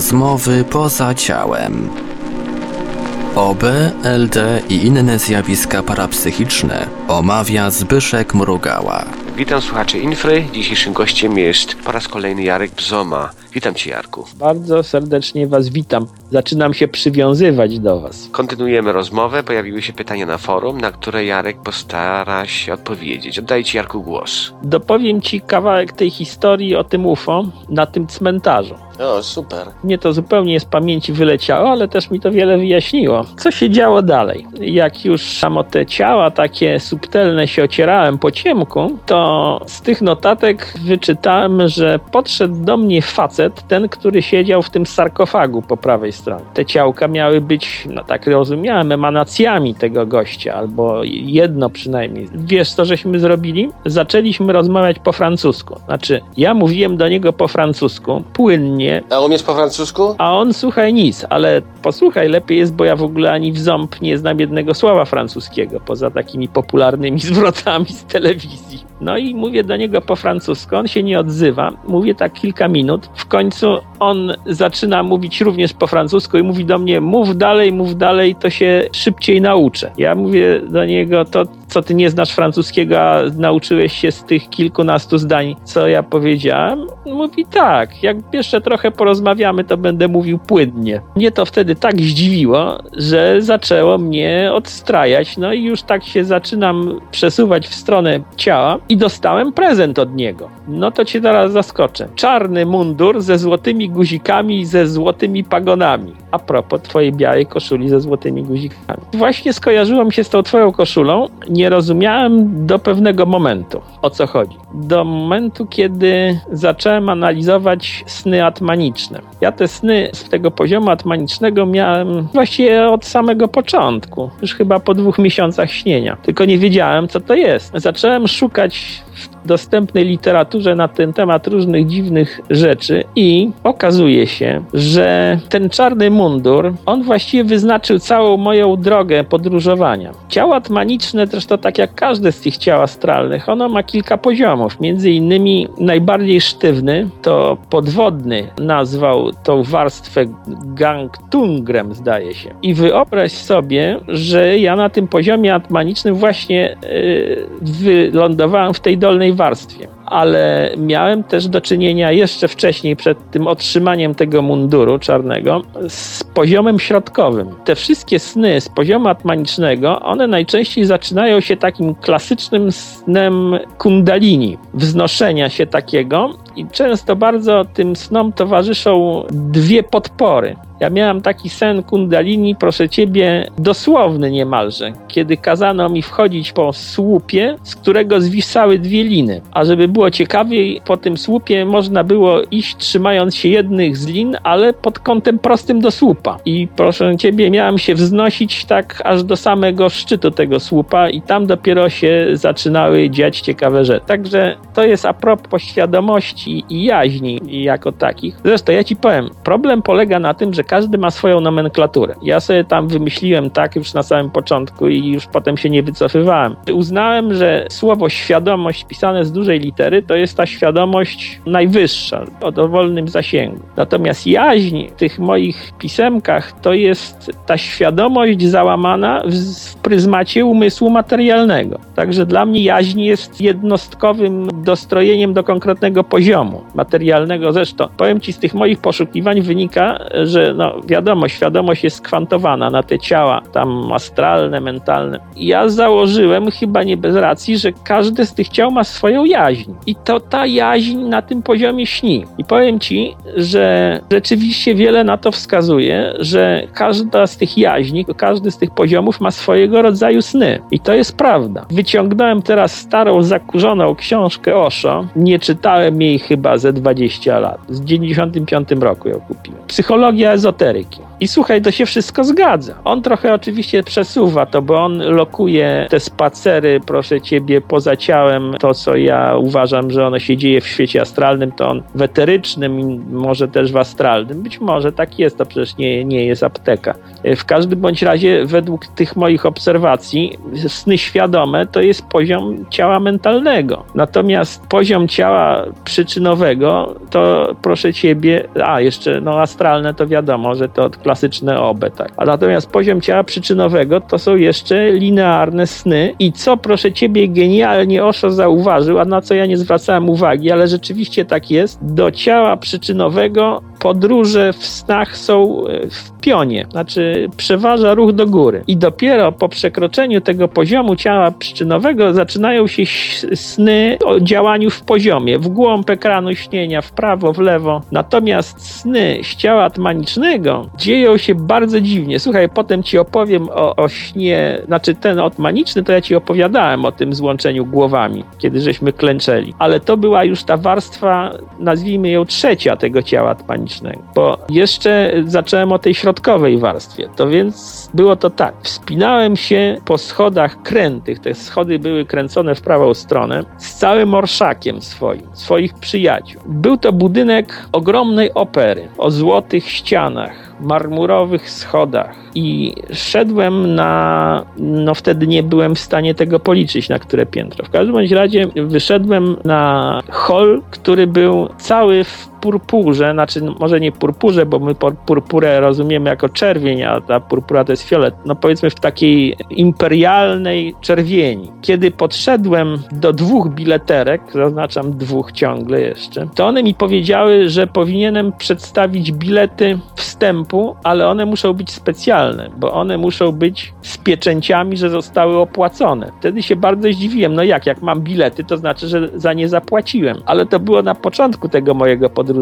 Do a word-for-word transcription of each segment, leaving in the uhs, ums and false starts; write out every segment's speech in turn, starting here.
Rozmowy poza ciałem. O B, L D i inne zjawiska parapsychiczne omawia Zbyszek Mrugała. Witam słuchaczy Infry. Dzisiejszym gościem jest po raz kolejny Jarek Bzoma. Witam Cię, Jarku. Bardzo serdecznie Was witam. Zaczynam się przywiązywać do Was. Kontynuujemy rozmowę. Pojawiły się pytania na forum, na które Jarek postara się odpowiedzieć. Oddaję Ci, Jarku, głos. Dopowiem Ci kawałek tej historii o tym U F O na tym cmentarzu. O, super. Mnie to zupełnie z pamięci wyleciało, ale też mi to wiele wyjaśniło. Co się działo dalej? Jak już tam o te ciała takie subtelne się ocierałem po ciemku, to z tych notatek wyczytałem, że podszedł do mnie facet, ten, który siedział w tym sarkofagu po prawej stronie. Te ciałka miały być, no tak rozumiałem, emanacjami tego gościa, albo jedno przynajmniej. Wiesz, co żeśmy zrobili? Zaczęliśmy rozmawiać po francusku. Znaczy, ja mówiłem do niego po francusku, płynnie. A umiesz po francusku? A on, słuchaj, nic, ale posłuchaj, lepiej jest, bo ja w ogóle ani w ząb nie znam jednego słowa francuskiego, poza takimi popularnymi zwrotami z telewizji. No i mówię do niego po francusku, on się nie odzywa, mówię tak kilka minut, w końcu on zaczyna mówić również po francusku i mówi do mnie, mów dalej, mów dalej, to się szybciej nauczę. Ja mówię do niego, to co ty nie znasz francuskiego, a nauczyłeś się z tych kilkunastu zdań, co ja powiedziałem? Mówi tak, jak jeszcze trochę porozmawiamy, to będę mówił płynnie. Mnie to wtedy tak zdziwiło, że zaczęło mnie odstrajać, no i już tak się zaczynam przesuwać w stronę ciała i dostałem prezent od niego. No to cię teraz zaskoczę. Czarny mundur ze złotymi guzikami i ze złotymi pagonami. A propos twojej białej koszuli ze złotymi guzikami. Właśnie skojarzyło mi się z tą twoją koszulą. Nie rozumiałem do pewnego momentu, o co chodzi. Do momentu, kiedy zacząłem analizować sny atmaniczne. Ja te sny z tego poziomu atmanicznego miałem właściwie od samego początku. Już chyba po dwóch miesiącach śnienia. Tylko nie wiedziałem, co to jest. Zacząłem szukać w dostępnej literaturze na ten temat różnych dziwnych rzeczy i okazuje się, że ten czarny mundur, on właściwie wyznaczył całą moją drogę podróżowania. Ciało atmaniczne, zresztą tak jak każde z tych ciał astralnych, ono ma kilka poziomów. Między innymi najbardziej sztywny to podwodny nazwał tą warstwę Gangtungrem, zdaje się. I wyobraź sobie, że ja na tym poziomie atmanicznym właśnie yy, wylądowałem w tej dolnej warstwie. Ale miałem też do czynienia jeszcze wcześniej, przed tym otrzymaniem tego munduru czarnego, z poziomem środkowym. Te wszystkie sny z poziomu atmanicznego, one najczęściej zaczynają się takim klasycznym snem kundalini, wznoszenia się takiego i często bardzo tym snom towarzyszą dwie podpory. Ja miałem taki sen kundalini, proszę Ciebie, dosłowny niemalże, kiedy kazano mi wchodzić po słupie, z którego zwisały dwie liny. A żeby było ciekawiej, po tym słupie można było iść trzymając się jednych z lin, ale pod kątem prostym do słupa. I proszę Ciebie, miałem się wznosić tak aż do samego szczytu tego słupa i tam dopiero się zaczynały dziać ciekawe rzeczy. Także to jest a propos świadomości i jaźni jako takich. Zresztą ja Ci powiem, problem polega na tym, że każdy ma swoją nomenklaturę. Ja sobie tam wymyśliłem tak już na samym początku i już potem się nie wycofywałem. Uznałem, że słowo świadomość pisane z dużej litery to jest ta świadomość najwyższa, o dowolnym zasięgu. Natomiast jaźń w tych moich pisemkach to jest ta świadomość załamana w, w pryzmacie umysłu materialnego. Także dla mnie jaźń jest jednostkowym dostrojeniem do konkretnego poziomu materialnego. Zresztą powiem Ci, z tych moich poszukiwań wynika, że no wiadomo, świadomość jest skwantowana na te ciała tam astralne, mentalne. Ja założyłem, chyba nie bez racji, że każde z tych ciał ma swoją jaźń. I to ta jaźń na tym poziomie śni. I powiem Ci, że rzeczywiście wiele na to wskazuje, że każda z tych jaźni, każdy z tych poziomów ma swojego rodzaju sny. I to jest prawda. Wyciągnąłem teraz starą, zakurzoną książkę Osho. Nie czytałem jej chyba ze dwadzieścia lat. W dziewięćdziesiątym piątym roku ją kupiłem. Psychologia ezoteryki. I słuchaj, to się wszystko zgadza. On trochę oczywiście przesuwa to, bo on lokuje te spacery, proszę ciebie, poza ciałem, to co ja uważam, że ono się dzieje w świecie astralnym, to on w eterycznym i może też w astralnym. Być może tak jest, to przecież nie, nie jest apteka. W każdym bądź razie według tych moich obserwacji sny świadome to jest poziom ciała mentalnego. Natomiast poziom ciała przyczynowego to proszę ciebie, a jeszcze no astralne to wiadomo, że to klasyczne O B, tak. A natomiast poziom ciała przyczynowego to są jeszcze linearne sny i co proszę ciebie genialnie Osho zauważył, a na co ja nie zwracałem uwagi, ale rzeczywiście tak jest, do ciała przyczynowego podróże w snach są w pionie, znaczy przeważa ruch do góry. I dopiero po przekroczeniu tego poziomu ciała przyczynowego zaczynają się sny o działaniu w poziomie, w głąb ekranu śnienia, w prawo, w lewo. Natomiast sny z ciała atmanicznego dzieją się bardzo dziwnie. Słuchaj, potem ci opowiem o, o śnie, znaczy ten atmaniczny, to ja ci opowiadałem o tym złączeniu głowami, kiedy żeśmy klęczeli. Ale to była już ta warstwa, nazwijmy ją trzecia tego ciała atmanicznego. Bo jeszcze zacząłem o tej środkowej warstwie. To więc było to tak. Wspinałem się po schodach krętych. Te schody były kręcone w prawą stronę z całym orszakiem swoim, swoich przyjaciół. Był to budynek ogromnej opery o złotych ścianach, marmurowych schodach i szedłem na, no wtedy nie byłem w stanie tego policzyć, na które piętro. W każdym bądź razie wyszedłem na hol, który był cały w purpurze, znaczy może nie purpurze, bo my purpurę rozumiemy jako czerwień, a ta purpura to jest fiolet, no powiedzmy w takiej imperialnej czerwieni. Kiedy podszedłem do dwóch bileterek, zaznaczam dwóch ciągle jeszcze, to one mi powiedziały, że powinienem przedstawić bilety wstępu, ale one muszą być specjalne, bo one muszą być z pieczęciami, że zostały opłacone. Wtedy się bardzo zdziwiłem, no jak, jak mam bilety, to znaczy, że za nie zapłaciłem, ale to było na początku tego mojego podróżowania.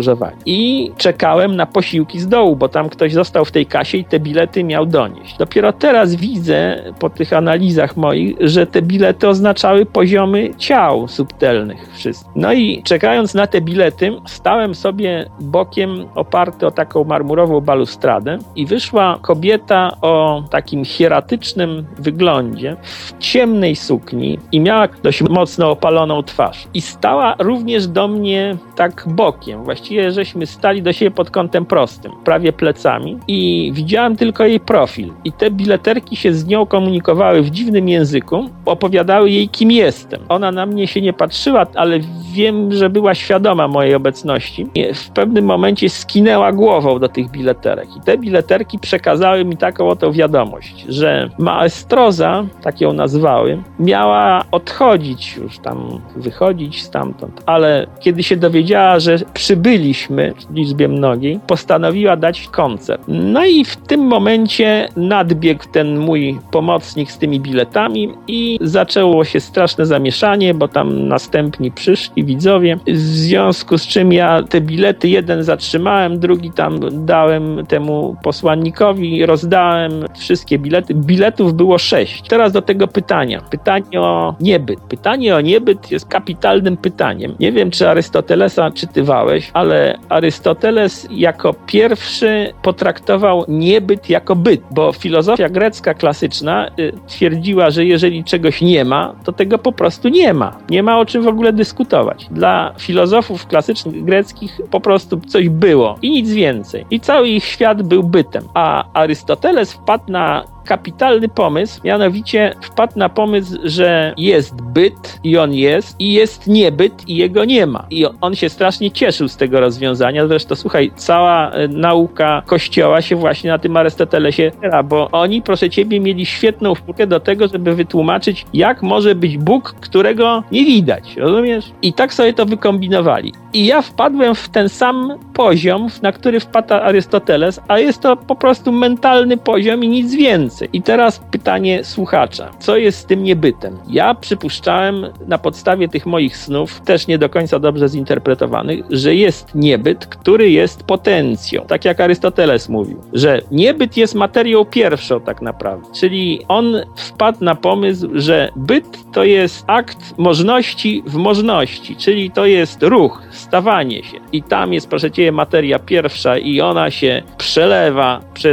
I czekałem na posiłki z dołu, bo tam ktoś został w tej kasie i te bilety miał donieść. Dopiero teraz widzę po tych analizach moich, że te bilety oznaczały poziomy ciał subtelnych wszystkich. No i czekając na te bilety, stałem sobie bokiem oparty o taką marmurową balustradę i wyszła kobieta o takim hieratycznym wyglądzie, w ciemnej sukni i miała dość mocno opaloną twarz. I stała również do mnie tak bokiem, właściwie żeśmy stali do siebie pod kątem prostym, prawie plecami i widziałem tylko jej profil. I te bileterki się z nią komunikowały w dziwnym języku, opowiadały jej, kim jestem. Ona na mnie się nie patrzyła, ale wiem, że była świadoma mojej obecności. I w pewnym momencie skinęła głową do tych bileterek. I te bileterki przekazały mi taką oto wiadomość, że maestroza, tak ją nazwały, miała odchodzić już tam, wychodzić stamtąd, ale kiedy się dowiedziała, że przybyliśmy w liczbie mnogiej, postanowiła dać koncert. No i w tym momencie nadbiegł ten mój pomocnik z tymi biletami i zaczęło się straszne zamieszanie, bo tam następni przyszli widzowie, w związku z czym ja te bilety jeden zatrzymałem, drugi tam dałem temu posłannikowi, rozdałem wszystkie bilety. Biletów było sześć. Teraz do tego pytania. Pytanie o niebyt. Pytanie o niebyt jest kapitalnym pytaniem. Nie wiem, czy Arystotelesa czytywałeś, ale Arystoteles jako pierwszy potraktował niebyt jako byt, bo filozofia grecka klasyczna y, twierdziła, że jeżeli czegoś nie ma, to tego po prostu nie ma. Nie ma o czym w ogóle dyskutować. Dla filozofów klasycznych greckich po prostu coś było i nic więcej. I cały ich świat był bytem. A Arystoteles wpadł na kapitalny pomysł, mianowicie wpadł na pomysł, że jest byt i on jest, i jest niebyt i jego nie ma. I on się strasznie cieszył z tego rozwiązania. Zresztą słuchaj, cała nauka Kościoła się właśnie na tym Arystotelesie opiera, bo oni, proszę ciebie, mieli świetną wpórkę do tego, żeby wytłumaczyć, jak może być Bóg, którego nie widać, rozumiesz? I tak sobie to wykombinowali. I ja wpadłem w ten sam poziom, na który wpadł Arystoteles, a jest to po prostu mentalny poziom i nic więcej. I teraz pytanie słuchacza. Co jest z tym niebytem? Ja przypuszczałem na podstawie tych moich snów, też nie do końca dobrze zinterpretowanych, że jest niebyt, który jest potencją. Tak jak Arystoteles mówił, że niebyt jest materią pierwszą tak naprawdę. Czyli on wpadł na pomysł, że byt to jest akt możności w możności, czyli to jest ruch, stawanie się. I tam jest, proszę ciebie, materia pierwsza i ona się przelewa przez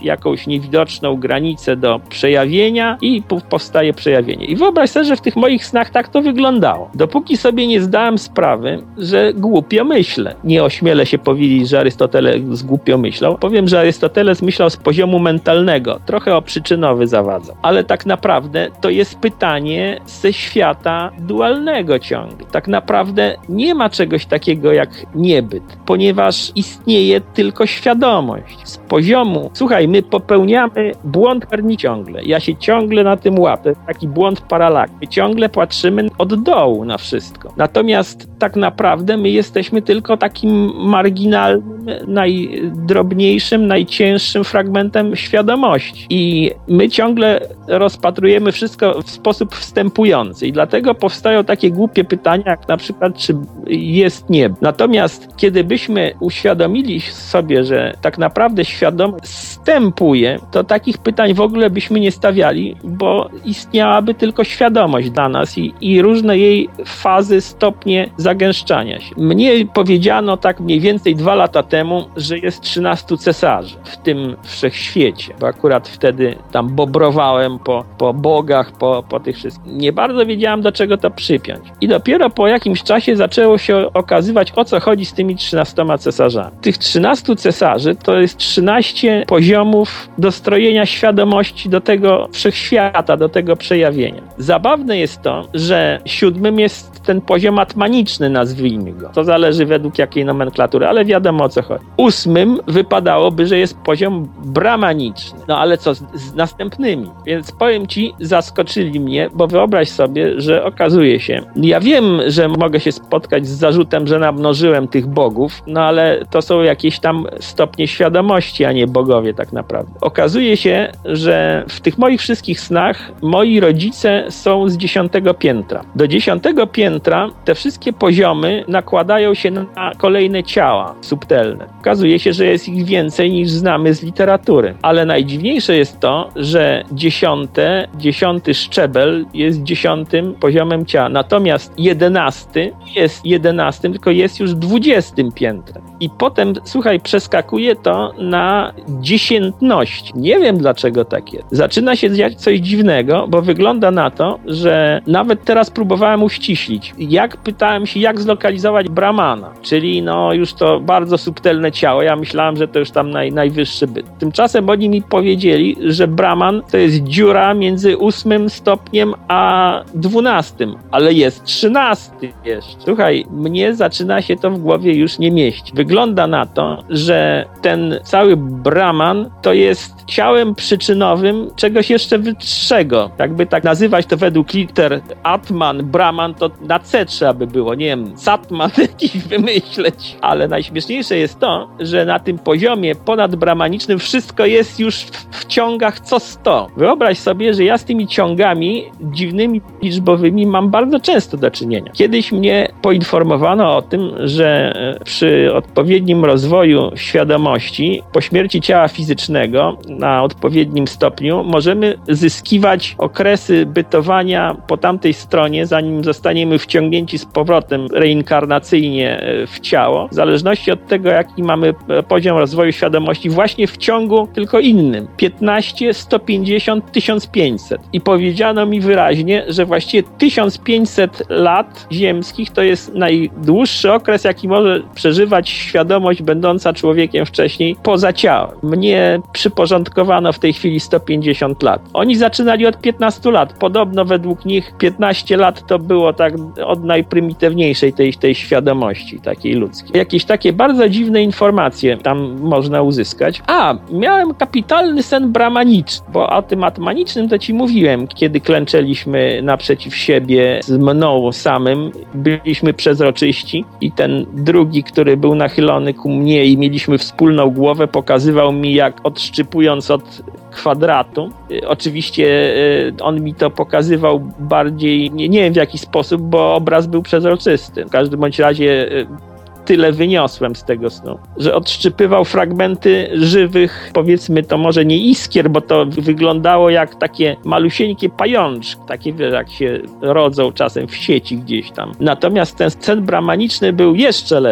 jakąś niewidoczną granicę do przejawienia i powstaje przejawienie. I wyobraź sobie, że w tych moich snach tak to wyglądało. Dopóki sobie nie zdałem sprawy, że głupio myślę. Nie ośmielę się powiedzieć, że Arystoteles głupio myślał. Powiem, że Arystoteles myślał z poziomu mentalnego. Trochę o przyczynowy zawadzał. Ale tak naprawdę to jest pytanie ze świata dualnego ciągle. Tak naprawdę nie ma czegoś takiego jak niebyt, ponieważ istnieje tylko świadomość. Z poziomu, słuchaj, my popełniamy błąd karni ciągle. Ja się ciągle na tym łapię. Taki błąd paralak. My ciągle patrzymy od dołu na wszystko. Natomiast tak naprawdę my jesteśmy tylko takim marginalnym, najdrobniejszym, najcięższym fragmentem świadomości. I my ciągle rozpatrujemy wszystko w sposób wstępujący. I dlatego powstają takie głupie pytania, jak na przykład, czy jest niebo. Natomiast kiedy byśmy uświadomili sobie, że tak naprawdę świadomość wstępuje, to takich pytań w ogóle byśmy nie stawiali, bo istniałaby tylko świadomość dla nas i, i różne jej fazy, stopnie zagęszczania się. Mnie powiedziano tak mniej więcej dwa lata temu, że jest trzynastu cesarzy w tym wszechświecie, bo akurat wtedy tam bobrowałem po, po bogach, po, po tych wszystkich. Nie bardzo wiedziałem, do czego to przypiąć. I dopiero po jakimś czasie zaczęło się okazywać, o co chodzi z tymi trzynastoma cesarzami. Tych trzynastu cesarzy to jest trzynaście poziomów dostrojenia świadomości do tego wszechświata, do tego przejawienia. Zabawne jest to, że siódmym jest ten poziom atmaniczny, nazwijmy go. To zależy według jakiej nomenklatury, ale wiadomo, o co chodzi. Ósmym wypadałoby, że jest poziom brahmaniczny. No ale co z, z następnymi? Więc powiem ci, zaskoczyli mnie, bo wyobraź sobie, że okazuje się, ja wiem, że mogę się spotkać z zarzutem, że namnożyłem tych bogów, no ale to są jakieś tam stopnie świadomości, a nie bogowie tak naprawdę. Okazuje się, że w tych moich wszystkich snach moi rodzice są z dziesiątego piętra. Do dziesiątego piętra te wszystkie poziomy nakładają się na kolejne ciała subtelne. Okazuje się, że jest ich więcej niż znamy z literatury. Ale najdziwniejsze jest to, że dziesiąte, dziesiąty szczebel jest dziesiątym poziomem ciała. Natomiast jedenasty jest jedenastym, tylko jest już dwudziestym piętrem. I potem, słuchaj, przeskakuje to na dziesiętność. Nie wiem, dlaczego tak jest. Zaczyna się dziać coś dziwnego, bo wygląda na to, że nawet teraz próbowałem uściślić. Jak pytałem się, jak zlokalizować Brahmana, czyli no już to bardzo subtelne ciało. Ja myślałem, że to już tam naj, najwyższy byt. Tymczasem oni mi powiedzieli, że Brahman to jest dziura między ósmym stopniem a dwunastym, ale jest trzynasty jeszcze. Słuchaj, mnie zaczyna się to w głowie już nie mieścić. Wygląda na to, że ten cały Brahman to jest ciałem przyczynowym czegoś jeszcze wyższego. Jakby tak nazywać to według liter Atman, Brahman, to na C trzeba by było, nie wiem, Satman jakiś wymyśleć. Ale najśmieszniejsze jest to, że na tym poziomie ponadbrahmanicznym wszystko jest już w, w ciągach co sto. Wyobraź sobie, że ja z tymi ciągami dziwnymi, liczbowymi mam bardzo często do czynienia. Kiedyś mnie poinformowano o tym, że przy odpowiednim rozwoju świadomości po śmierci ciała fizycznego na odpowiednim stopniu możemy zyskiwać okresy bytowania po tamtej stronie, zanim zostaniemy wciągnięci z powrotem reinkarnacyjnie w ciało, w zależności od tego, jaki mamy poziom rozwoju świadomości, właśnie w ciągu tylko innym. piętnaście, sto pięćdziesiąt, tysiąc pięćset. I powiedziano mi wyraźnie, że właściwie tysiąc pięćset lat ziemskich to jest najdłuższy okres, jaki może przeżywać świadomość będąca człowiekiem wcześniej poza ciałem. Mnie przyporządkowano w tej chwili sto pięćdziesiąt lat. Oni zaczynali od piętnastu lat. Podobno według nich piętnaście lat to było tak od najprymitywniejszej tej, tej świadomości takiej ludzkiej. Jakieś takie bardzo dziwne informacje tam można uzyskać. A, miałem kapitalny sen brahmaniczny, bo o tym atmanicznym to ci mówiłem, kiedy klęczeliśmy naprzeciw siebie z mną samym, byliśmy przezroczyści i ten drugi, który był nachylony ku mnie i mieliśmy wspólną głowę, pokazywał mi, jak odszczypując od kwadratu. Oczywiście on mi to pokazywał bardziej, nie, nie wiem w jaki sposób, bo obraz był przezroczysty. W każdym bądź razie tyle wyniosłem z tego snu, że odszczypywał fragmenty żywych, powiedzmy to może nie iskier, bo to wyglądało jak takie malusieńkie pajączki, takie jak się rodzą czasem w sieci gdzieś tam. Natomiast ten sen brahmaniczny był jeszcze lepszy.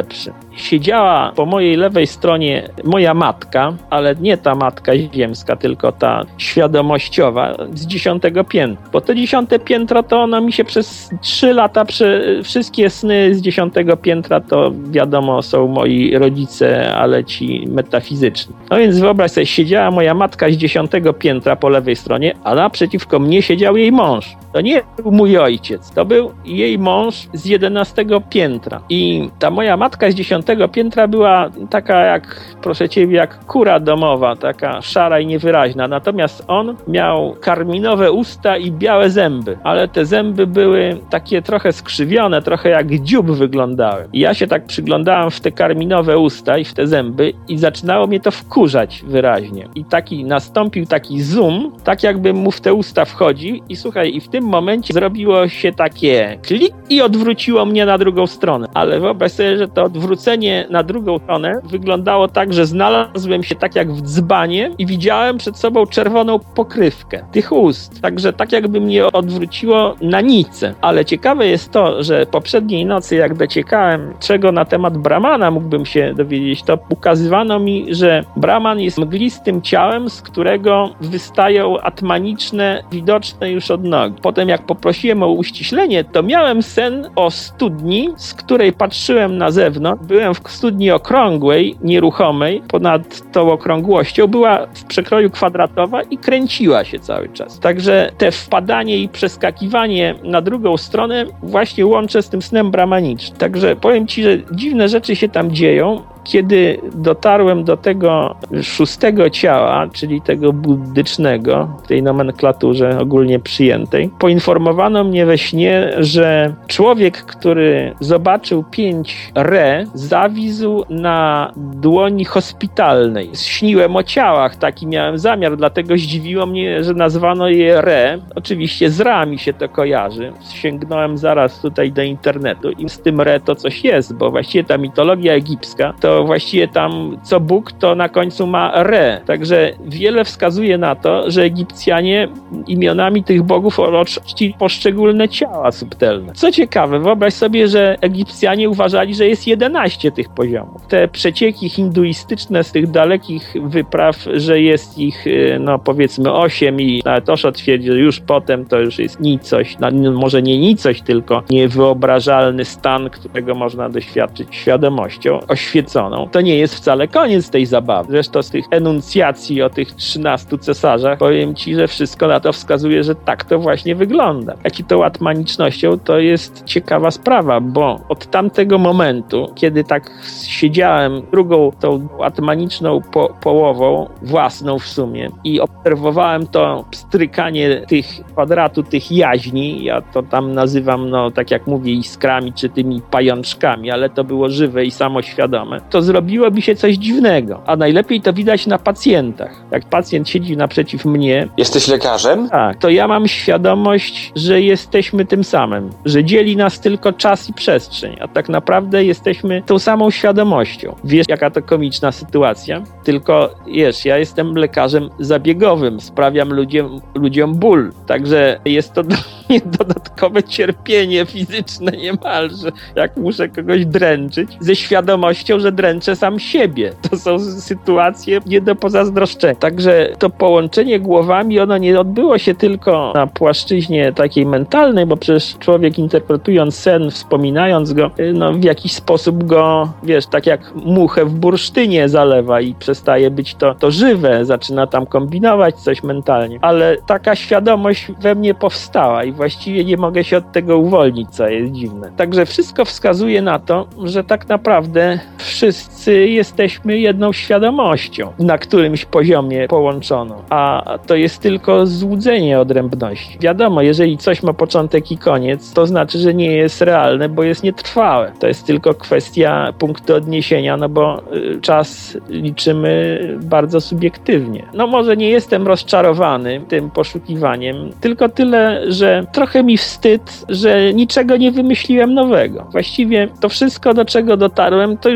siedziała po mojej lewej stronie moja matka, ale nie ta matka ziemska, tylko ta świadomościowa z dziesiątego piętra. Bo to dziesiąte piętro to ono mi się przez trzy lata, przy, wszystkie sny z dziesiątego piętra to wiadomo są moi rodzice, ale ci metafizyczni. No więc wyobraź sobie, siedziała moja matka z dziesiątego piętra po lewej stronie, a naprzeciwko mnie siedział jej mąż. To nie był mój ojciec, to był jej mąż z jedenastego piętra. I ta moja matka z dziesiątego piętra była taka jak, proszę ciebie, jak kura domowa, taka szara i niewyraźna. Natomiast on miał karminowe usta i białe zęby, ale te zęby były takie trochę skrzywione, trochę jak dziób wyglądały. I ja się tak przyglądałem w te karminowe usta i w te zęby i zaczynało mnie to wkurzać wyraźnie. I taki nastąpił taki zoom, tak jakby mu w te usta wchodził i słuchaj, i w tym momencie zrobiło się takie klik i odwróciło mnie na drugą stronę. Ale wyobraź sobie, że to odwrócenie na drugą stronę wyglądało tak, że znalazłem się tak jak w dzbanie i widziałem przed sobą czerwoną pokrywkę tych ust. Także tak jakby mnie odwróciło na nicę. Ale ciekawe jest to, że poprzedniej nocy jak dociekałem, czego na temat Brahmana mógłbym się dowiedzieć, to ukazywano mi, że Brahman jest mglistym ciałem, z którego wystają atmaniczne, widoczne już od nogi. Potem jak poprosiłem o uściślenie, to miałem sen o studni, z której patrzyłem na zewnątrz. Byłem w studni okrągłej, nieruchomej, ponad tą okrągłością była w przekroju kwadratowa i kręciła się cały czas. Także te wpadanie i przeskakiwanie na drugą stronę właśnie łączę z tym snem brahmanicznym. Także powiem ci, że dziwne rzeczy się tam dzieją. Kiedy dotarłem do tego szóstego ciała, czyli tego buddycznego, w tej nomenklaturze ogólnie przyjętej, poinformowano mnie we śnie, że człowiek, który zobaczył pięć re, zawisł na dłoni hospitalnej. Śniłem o ciałach, taki miałem zamiar, dlatego zdziwiło mnie, że nazwano je re. Oczywiście z ra mi się to kojarzy. Sięgnąłem zaraz tutaj do internetu i z tym re to coś jest, bo właściwie ta mitologia egipska to to właściwie tam co Bóg, to na końcu ma re. Także wiele wskazuje na to, że Egipcjanie imionami tych bogów czcili poszczególne ciała subtelne. Co ciekawe, wyobraź sobie, że Egipcjanie uważali, że jest jedenaście tych poziomów. Te przecieki hinduistyczne z tych dalekich wypraw, że jest ich, no powiedzmy osiem i nawet Osho twierdzi, że już potem to już jest nicość, no, może nie nicość, tylko niewyobrażalny stan, którego można doświadczyć świadomością oświeconą. To nie jest wcale koniec tej zabawy. Zresztą z tych enuncjacji o tych trzynastu cesarzach powiem ci, że wszystko na to wskazuje, że tak to właśnie wygląda. Jak i tą atmanicznością to jest ciekawa sprawa, bo od tamtego momentu, kiedy tak siedziałem drugą tą atmaniczną po- połową, własną w sumie, i obserwowałem to pstrykanie tych kwadratu, tych jaźni, ja to tam nazywam, no tak jak mówię, iskrami czy tymi pajączkami, ale to było żywe i samoświadome, to zrobiłoby się coś dziwnego. A najlepiej to widać na pacjentach. Jak pacjent siedzi naprzeciw mnie... Jesteś lekarzem? Tak, to ja mam świadomość, że jesteśmy tym samym. Że dzieli nas tylko czas i przestrzeń, a tak naprawdę jesteśmy tą samą świadomością. Wiesz, jaka to komiczna sytuacja? Tylko, wiesz, ja jestem lekarzem zabiegowym, sprawiam ludziom, ludziom ból. Także jest to dla mnie dodatkowe cierpienie fizyczne niemalże, jak muszę kogoś dręczyć, ze świadomością, że dręczę sam siebie. To są sytuacje nie do pozazdroszczenia. Także to połączenie głowami, ono nie odbyło się tylko na płaszczyźnie takiej mentalnej, bo przecież człowiek interpretując sen, wspominając go, no w jakiś sposób go, wiesz, tak jak muchę w bursztynie zalewa i przestaje być to, to żywe, zaczyna tam kombinować coś mentalnie. Ale taka świadomość we mnie powstała i właściwie nie mogę się od tego uwolnić, co jest dziwne. Także wszystko wskazuje na to, że tak naprawdę wszyscy jesteśmy jedną świadomością na którymś poziomie połączoną, a to jest tylko złudzenie odrębności. Wiadomo, jeżeli coś ma początek i koniec, to znaczy, że nie jest realne, bo jest nietrwałe. To jest tylko kwestia punktu odniesienia, no bo y, czas liczymy bardzo subiektywnie. No może nie jestem rozczarowany tym poszukiwaniem, tylko tyle, że trochę mi wstyd, że niczego nie wymyśliłem nowego. Właściwie to wszystko, do czego dotarłem, to już wiadomo,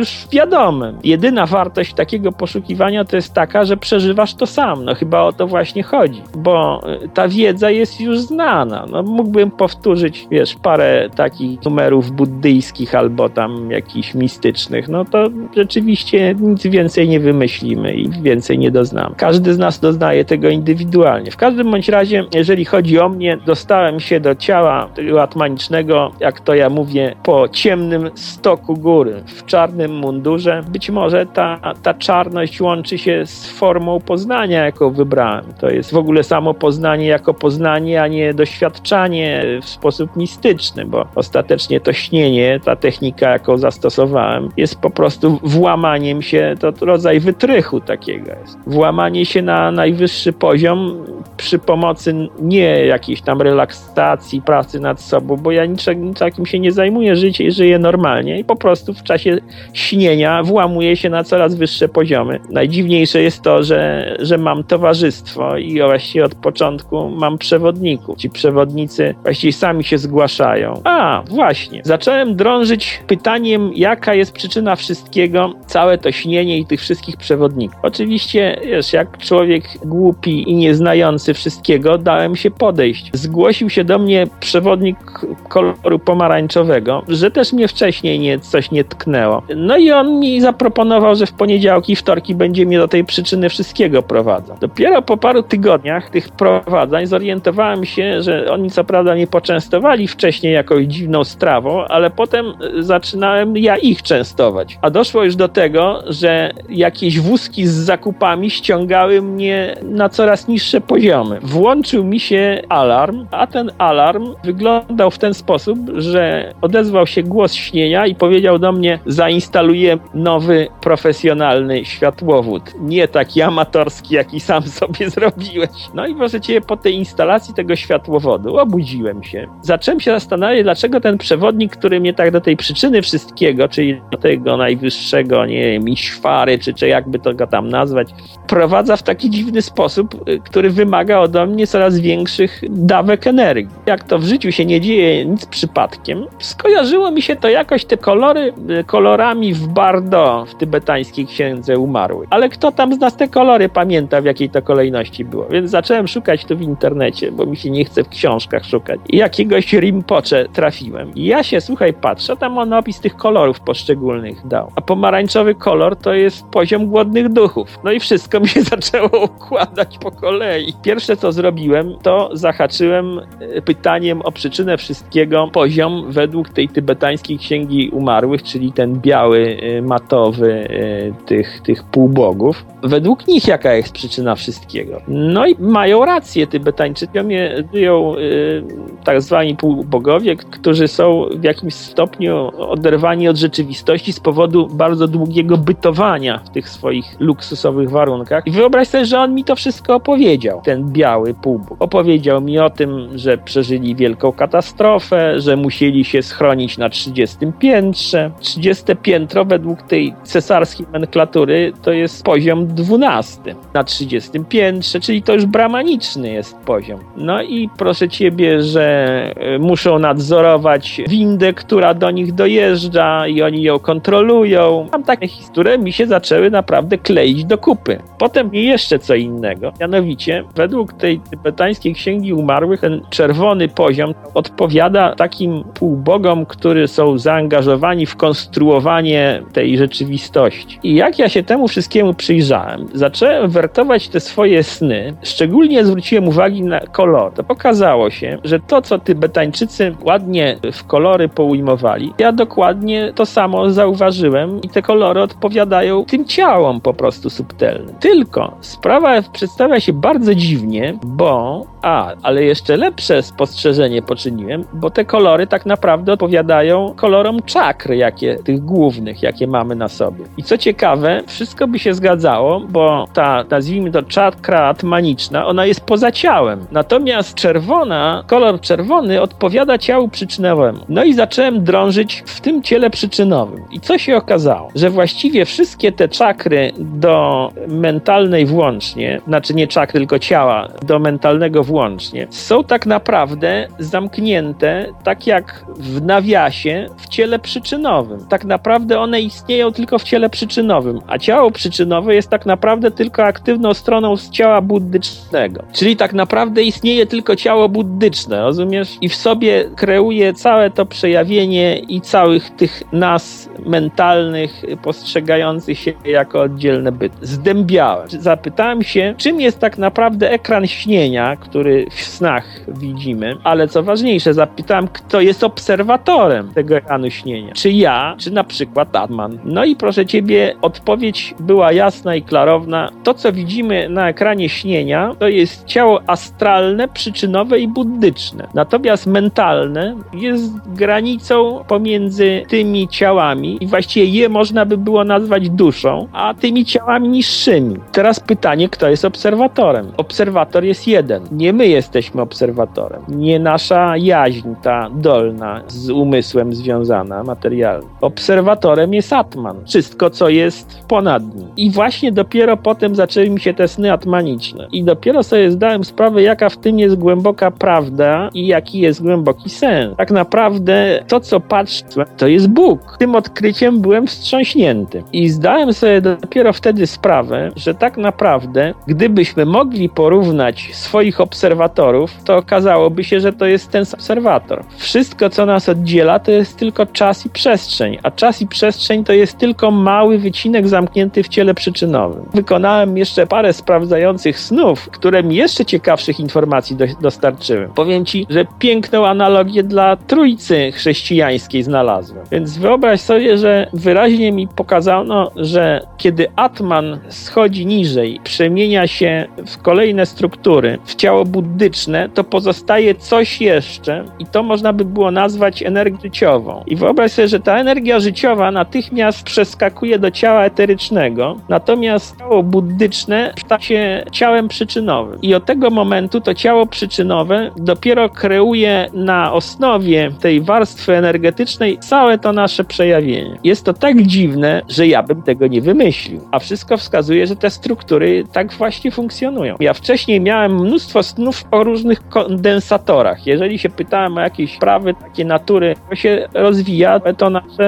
wiadome. Jedyna wartość takiego poszukiwania to jest taka, że przeżywasz to sam. No chyba o to właśnie chodzi, bo ta wiedza jest już znana. No mógłbym powtórzyć, wiesz, parę takich numerów buddyjskich albo tam jakichś mistycznych. No to rzeczywiście nic więcej nie wymyślimy i więcej nie doznamy. Każdy z nas doznaje tego indywidualnie. W każdym bądź razie, jeżeli chodzi o mnie, dostałem się do ciała tego atmanicznego, jak to ja mówię, po ciemnym stoku góry, w czarnym mundurze. Być może ta, ta czarność łączy się z formą poznania, jaką wybrałem. To jest w ogóle samo poznanie jako poznanie, a nie doświadczanie w sposób mistyczny, bo ostatecznie to śnienie, ta technika, jaką zastosowałem, jest po prostu włamaniem się, to rodzaj wytrychu takiego jest. Włamanie się na najwyższy poziom przy pomocy nie jakiejś tam relaksacji, pracy nad sobą, bo ja niczym takim się nie zajmuję, życie, żyję normalnie i po prostu w czasie śnienia włamuję się na coraz wyższe poziomy. Najdziwniejsze jest to, że, że mam towarzystwo i właściwie od początku mam przewodników. Ci przewodnicy właściwie sami się zgłaszają. A, właśnie. Zacząłem drążyć pytaniem, jaka jest przyczyna wszystkiego, całe to śnienie i tych wszystkich przewodników. Oczywiście, wiesz, jak człowiek głupi i nieznający wszystkiego, dałem się podejść. Zgłosił się do mnie przewodnik koloru pomarańczowego, że też mnie wcześniej nie, coś nie tknęło. No i on mi zaproponował, że w poniedziałki i wtorki będzie mnie do tej przyczyny wszystkiego prowadzał. Dopiero po paru tygodniach tych prowadzań zorientowałem się, że oni co prawda mnie poczęstowali wcześniej jakąś dziwną strawą, ale potem zaczynałem ja ich częstować. A doszło już do tego, że jakieś wózki z zakupami ściągały mnie na coraz niższe poziomy. Włączył mi się alarm, a ten alarm wyglądał w ten sposób, że odezwał się głos śnienia i powiedział do mnie: zainstaluję nowy, profesjonalny światłowód. Nie taki amatorski, jaki sam sobie zrobiłeś. No i proszę cię, po tej instalacji tego światłowodu obudziłem się. Zacząłem się zastanawiać, dlaczego ten przewodnik, który mnie tak do tej przyczyny wszystkiego, czyli do tego najwyższego, nie wiem, Iśwary, czy, czy jakby to go tam nazwać, prowadza w taki dziwny sposób, który wymaga ode mnie coraz większych dawek energii. Jak to w życiu się nie dzieje nic przypadkiem, skojarzyło mi się to jakoś te kolory, kolorami w Bardo w tybetańskiej księdze umarłych. Ale kto tam z nas te kolory pamięta, w jakiej to kolejności było? Więc zacząłem szukać tu w internecie, bo mi się nie chce w książkach szukać. I jakiegoś Rinpoche trafiłem. I ja się, słuchaj, patrzę, tam on opis tych kolorów poszczególnych dał. A pomarańczowy kolor to jest poziom głodnych duchów. No i wszystko mi się zaczęło układać po kolei. Pierwsze, co zrobiłem, to zahaczyłem pytaniem o przyczynę wszystkiego poziom według tej tybetańskiej księgi umarłych, czyli ten biały, matowy tych, tych półbogów. Według nich jaka jest przyczyna wszystkiego? No i mają rację Tybetańczycy. Żyją y, tak zwani półbogowie, którzy są w jakimś stopniu oderwani od rzeczywistości z powodu bardzo długiego bytowania w tych swoich luksusowych warunkach. I wyobraź sobie, że on mi to wszystko opowiedział, ten biały półbóg. Opowiedział mi o tym, że przeżyli wielką katastrofę, że musieli się schronić na trzydziestym piętrze. trzydzieste piętro według tej cesarskiej nomenklatury to jest poziom dwunasty na trzydziestym piętrze, czyli to już bramaniczny jest poziom. No i proszę ciebie, że muszą nadzorować windę, która do nich dojeżdża i oni ją kontrolują. Mam takie historie, które mi się zaczęły naprawdę kleić do kupy. Potem jeszcze co innego. Mianowicie, według tej tybetańskiej księgi umarłych, ten czerwony poziom odpowiada takim półbogom, którzy są zaangażowani w konstruowanie tej rzeczywistości. I jak ja się temu wszystkiemu przyjrzałem, zacząłem wertować te swoje sny, szczególnie zwróciłem uwagę na kolor. To pokazało się, że to, co Tybetańczycy ładnie w kolory poujmowali, ja dokładnie to samo zauważyłem i te kolory odpowiadają tym ciałom po prostu subtelnym. Tylko sprawa przedstawia się bardzo dziwnie, bo a, ale jeszcze lepsze spostrzeżenie poczyniłem, bo te kolory tak naprawdę odpowiadają kolorom czakr, jakie, tych głównych, jakie mamy na sobie. I co ciekawe, wszystko by się zgadzało, bo ta, nazwijmy to czakra atmaniczna, ona jest poza ciałem. Natomiast czerwona, kolor czerwony odpowiada ciału przyczynowemu. No i zacząłem drążyć w tym ciele przyczynowym. I co się okazało? Że właściwie wszystkie te czakry do mentalnej włącznie, znaczy nie czakry, tylko ciała, do mentalnego włącznie, włącznie, są tak naprawdę zamknięte, tak jak w nawiasie, w ciele przyczynowym. Tak naprawdę one istnieją tylko w ciele przyczynowym, a ciało przyczynowe jest tak naprawdę tylko aktywną stroną z ciała buddycznego. Czyli tak naprawdę istnieje tylko ciało buddyczne, rozumiesz? I w sobie kreuje całe to przejawienie i całych tych nas mentalnych, postrzegających się jako oddzielne byty. Zdębiałem. Zapytałem się, czym jest tak naprawdę ekran śnienia, który w snach widzimy, ale co ważniejsze, zapytałem, kto jest obserwatorem tego ekranu śnienia. Czy ja, czy na przykład Atman. No i proszę ciebie, odpowiedź była jasna i klarowna. To, co widzimy na ekranie śnienia, to jest ciało astralne, przyczynowe i buddyczne. Natomiast mentalne jest granicą pomiędzy tymi ciałami i właściwie je można by było nazwać duszą, a tymi ciałami niższymi. Teraz pytanie, kto jest obserwatorem? Obserwator jest jeden. Nie my jesteśmy obserwatorem. Nie nasza jaźń, ta dolna, z umysłem związana, materialna. Obserwatorem jest Atman. Wszystko, co jest ponad nim. I właśnie dopiero potem zaczęły mi się te sny atmaniczne. I dopiero sobie zdałem sprawę, jaka w tym jest głęboka prawda i jaki jest głęboki sens. Tak naprawdę to, co patrzę, to jest Bóg. Tym odkryciem byłem wstrząśnięty. I zdałem sobie dopiero wtedy sprawę, że tak naprawdę, gdybyśmy mogli porównać swoich obserwatorów, to okazałoby się, że to jest ten obserwator. Wszystko, co nas oddziela, to jest tylko czas i przestrzeń, a czas i przestrzeń to jest tylko mały wycinek zamknięty w ciele przyczynowym. Wykonałem jeszcze parę sprawdzających snów, które mi jeszcze ciekawszych informacji do, dostarczyły. Powiem ci, że piękną analogię dla trójcy chrześcijańskiej znalazłem. Więc wyobraź sobie, że wyraźnie mi pokazano, że kiedy Atman schodzi niżej, przemienia się w kolejne struktury, w ciało buddyczne, to pozostaje coś jeszcze i to można by było nazwać energią życiową. I wyobraź sobie, że ta energia życiowa natychmiast przeskakuje do ciała eterycznego, natomiast ciało buddyczne staje się ciałem przyczynowym. I od tego momentu to ciało przyczynowe dopiero kreuje na osnowie tej warstwy energetycznej całe to nasze przejawienie. Jest to tak dziwne, że ja bym tego nie wymyślił. A wszystko wskazuje, że te struktury tak właśnie funkcjonują. Ja wcześniej miałem mnóstwo snów o różnych kondensatorach. Jeżeli się pytałem o jakieś sprawy takie natury, to się rozwija to nasze,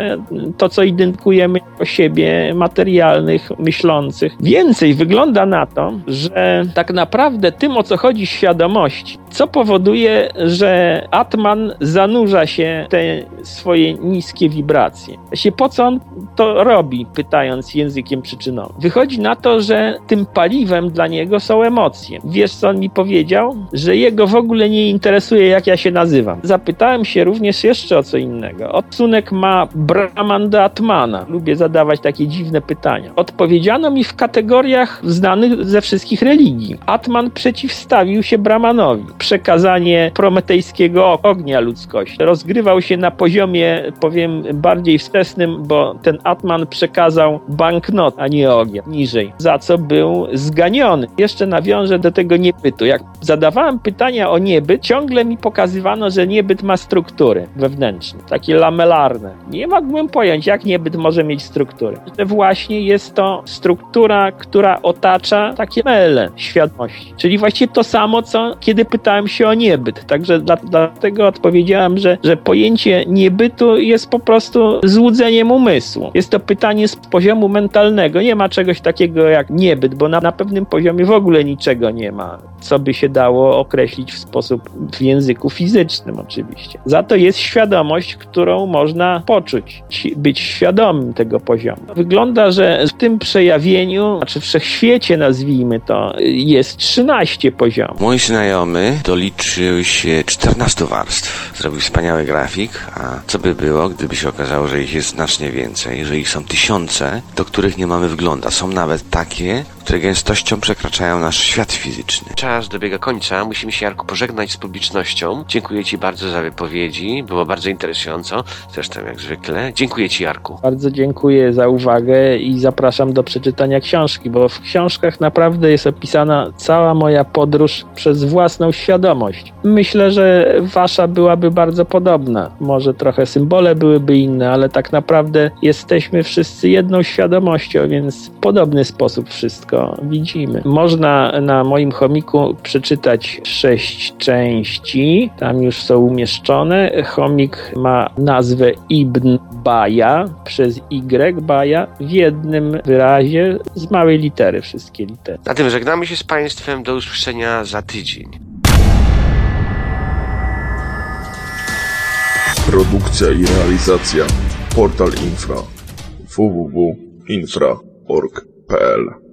to co identyfikujemy o siebie, materialnych, myślących. Więcej wygląda na to, że tak naprawdę tym, o co chodzi w świadomości, co powoduje, że Atman zanurza się w te swoje niskie wibracje. Właśnie po co on to robi, pytając językiem przyczynowym? Wychodzi na to, że tym paliwem dla niego są emocje. Wiesz, co on mi powiedział? Że jego w ogóle nie interesuje, jak ja się nazywam. Zapytałem się również jeszcze o co innego. Odsunek ma Brahman do Atmana. Lubię zadawać takie dziwne pytania. Odpowiedziano mi w kategoriach znanych ze wszystkich religii. Atman przeciwstawił się Brahmanowi. Przekazanie prometejskiego ognia ludzkości. Rozgrywał się na poziomie, powiem, bardziej wstecznym, bo ten Atman przekazał banknot, a nie ogień, niżej, za co był zganiony. Jeszcze nawiążę do tego niebytu. Jak zadawałem pytania o niebyt, ciągle mi pokazywano, że niebyt ma struktury wewnętrzne, takie lamelarne. Nie mogłem pojąć, jak niebyt może mieć struktury. Że właśnie jest to struktura, która otacza takie mele świadomości. Czyli właściwie to samo, co kiedy pytałem się o niebyt. Także dla, dlatego odpowiedziałem, że, że pojęcie niebytu jest po prostu złudzeniem umysłu. Jest to pytanie z poziomu mentalnego. Nie ma czegoś takiego jak niebyt, bo na, na pewnym poziomie w ogóle niczego nie ma, co by się dało określić w sposób, w języku fizycznym oczywiście. Za to jest świadomość, którą można poczuć, być świadomym tego poziomu. Wygląda, że w tym przejawieniu, znaczy wszechświecie nazwijmy to, jest trzynaście poziomów. Mój znajomy doliczył się czternastu warstw. Zrobił wspaniały grafik, a co by było, gdyby się okazało, że ich jest znacznie więcej, że ich są tysiące, do których nie mamy wglądu. Są nawet takie, które gęstością przekraczają nasz świat fizyczny. Czas dobiega końca. Musimy się, Jarku, pożegnać z publicznością. Dziękuję Ci bardzo za wypowiedzi. Było bardzo interesująco. Zresztą jak zwykle. Dziękuję Ci, Jarku. Bardzo dziękuję za uwagę i zapraszam do przeczytania książki, bo w książkach naprawdę jest opisana cała moja podróż przez własną świadomość. Myślę, że wasza byłaby bardzo podobna. Może trochę symbole byłyby inne, ale tak naprawdę jesteśmy wszyscy jedną świadomością, więc w podobny sposób wszystko wszystko widzimy. Można na moim chomiku przeczytać sześć części, tam już są umieszczone. Chomik ma nazwę Ibn Baja przez Y, Baja, w jednym wyrazie, z małej litery, wszystkie litery. Na tym żegnamy się z Państwem, do usłyszenia za tydzień. Produkcja i realizacja Portal Infra w w w kropka infra kropka org kropka p l